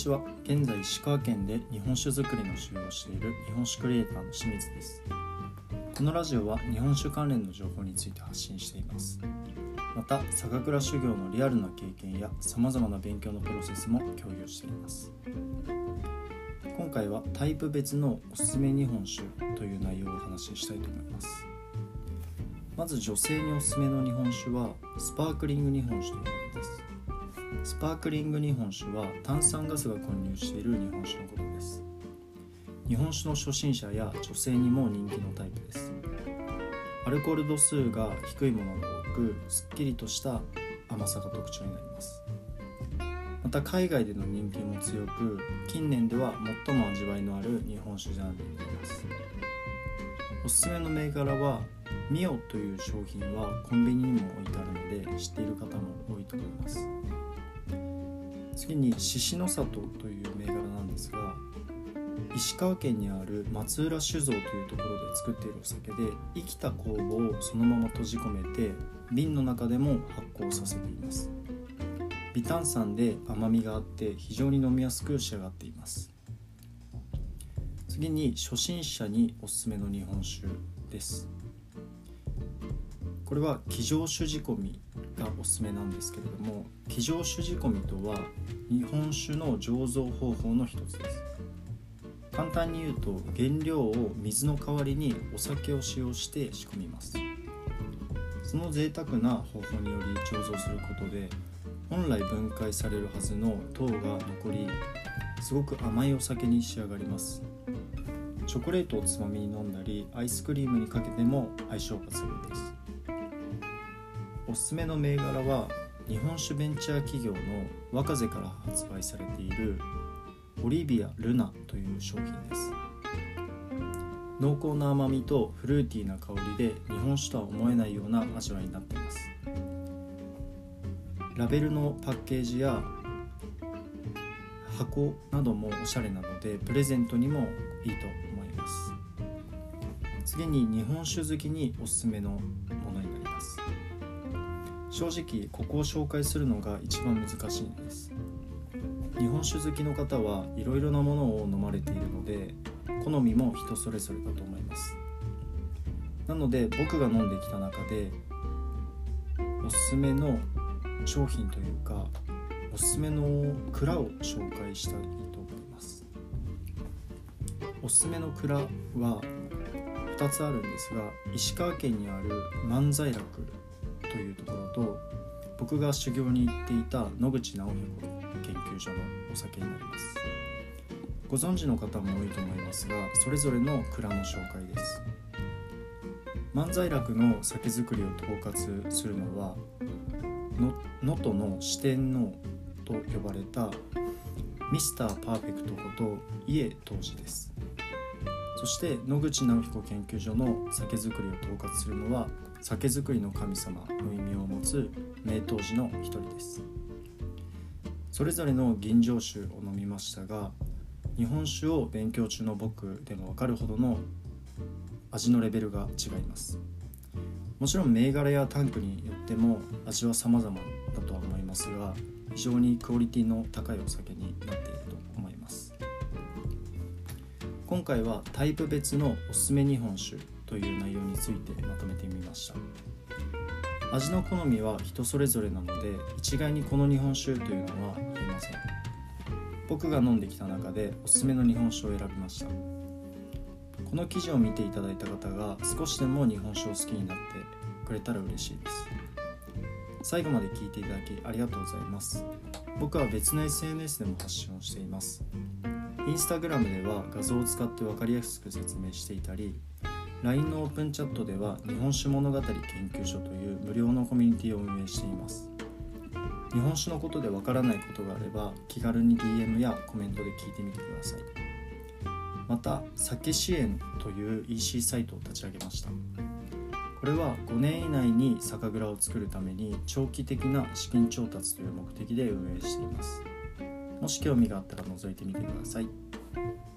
ちは。現在石川県で日本酒造りの修行をしている日本酒クリエイターの清水です。このラジオは日本酒関連の情報について発信しています。また酒蔵修行のリアルな経験やさまざまな勉強のプロセスも共有しています。今回はタイプ別のおすすめ日本酒という内容をお話ししたいと思います。まず女性におすすめの日本酒はスパークリング日本酒というものです。スパークリング日本酒は炭酸ガスが混入している日本酒のことです。日本酒の初心者や女性にも人気のタイプです。アルコール度数が低いものが多く、すっきりとした甘さが特徴になります。また海外での人気も強く、近年では最も味わいのある日本酒ジャンルになります。おすすめの銘柄はミオという商品はコンビニにも置いてあるので知っている方も多いと思います。次に獅子の里という銘柄なんですが、石川県にある松浦酒造というところで作っているお酒で、生きた酵母をそのまま閉じ込めて瓶の中でも発酵させています。微炭酸で甘みがあって非常に飲みやすく仕上がっています。次に初心者におすすめの日本酒です。これは基上酒仕込みがおすすめなんですけれども、基上酒仕込みとは日本酒の醸造方法の一つです。簡単に言うと、原料を水の代わりにお酒を使用して仕込みます。その贅沢な方法により醸造することで、本来分解されるはずの糖が残り、すごく甘いお酒に仕上がります。チョコレートをつまみに飲んだり、アイスクリームにかけても相性抜群です。おすすめの銘柄は日本酒ベンチャー企業の若瀬から発売されているオリビア・ルナという商品です。濃厚な甘みとフルーティーな香りで日本酒とは思えないような味わいになっています。ラベルのパッケージや箱などもおしゃれなのでプレゼントにもいいと思います。次に日本酒好きにおすすめのものになります。正直ここを紹介するのが一番難しいんです。日本酒好きの方はいろいろなものを飲まれているので、好みも人それぞれだと思います。なので僕が飲んできた中でおすすめの商品というか、おすすめの蔵を紹介したいと思います。おすすめの蔵は2つあるんですが、石川県にある万歳楽というところと、僕が修行に行っていた野口直彦研究所のお酒になります。ご存知の方も多いと思いますが、それぞれの蔵の紹介です。万歳楽の酒造りを統括するのは能登の四天王と呼ばれたミスターパーフェクトこと家当時です。そして野口直彦研究所の酒造りを統括するのは酒造りの神様の意味を持つ名当時の一人です。それぞれの吟醸酒を飲みましたが、日本酒を勉強中の僕でも分かるほどの味のレベルが違います。もちろん銘柄やタンクによっても味は様々だとは思いますが、非常にクオリティの高いお酒になっていると思います。今回はタイプ別のおすすめ日本酒という内容についてまとめてみました。味の好みは人それぞれなので、一概にこの日本酒というのは言えません。僕が飲んできた中でおすすめの日本酒を選びました。この記事を見ていただいた方が少しでも日本酒を好きになってくれたら嬉しいです。最後まで聞いていただきありがとうございます。僕は別の SNS でも発信をしています。インスタグラムでは画像を使って分かりやすく説明していたり、LINE のオープンチャットでは日本酒物語研究所という無料のコミュニティを運営しています。日本酒のことでわからないことがあれば気軽に DM やコメントで聞いてみてください。また酒支援という EC サイトを立ち上げました。これは5年以内に酒蔵を作るために長期的な資金調達という目的で運営しています。もし興味があったら覗いてみてください。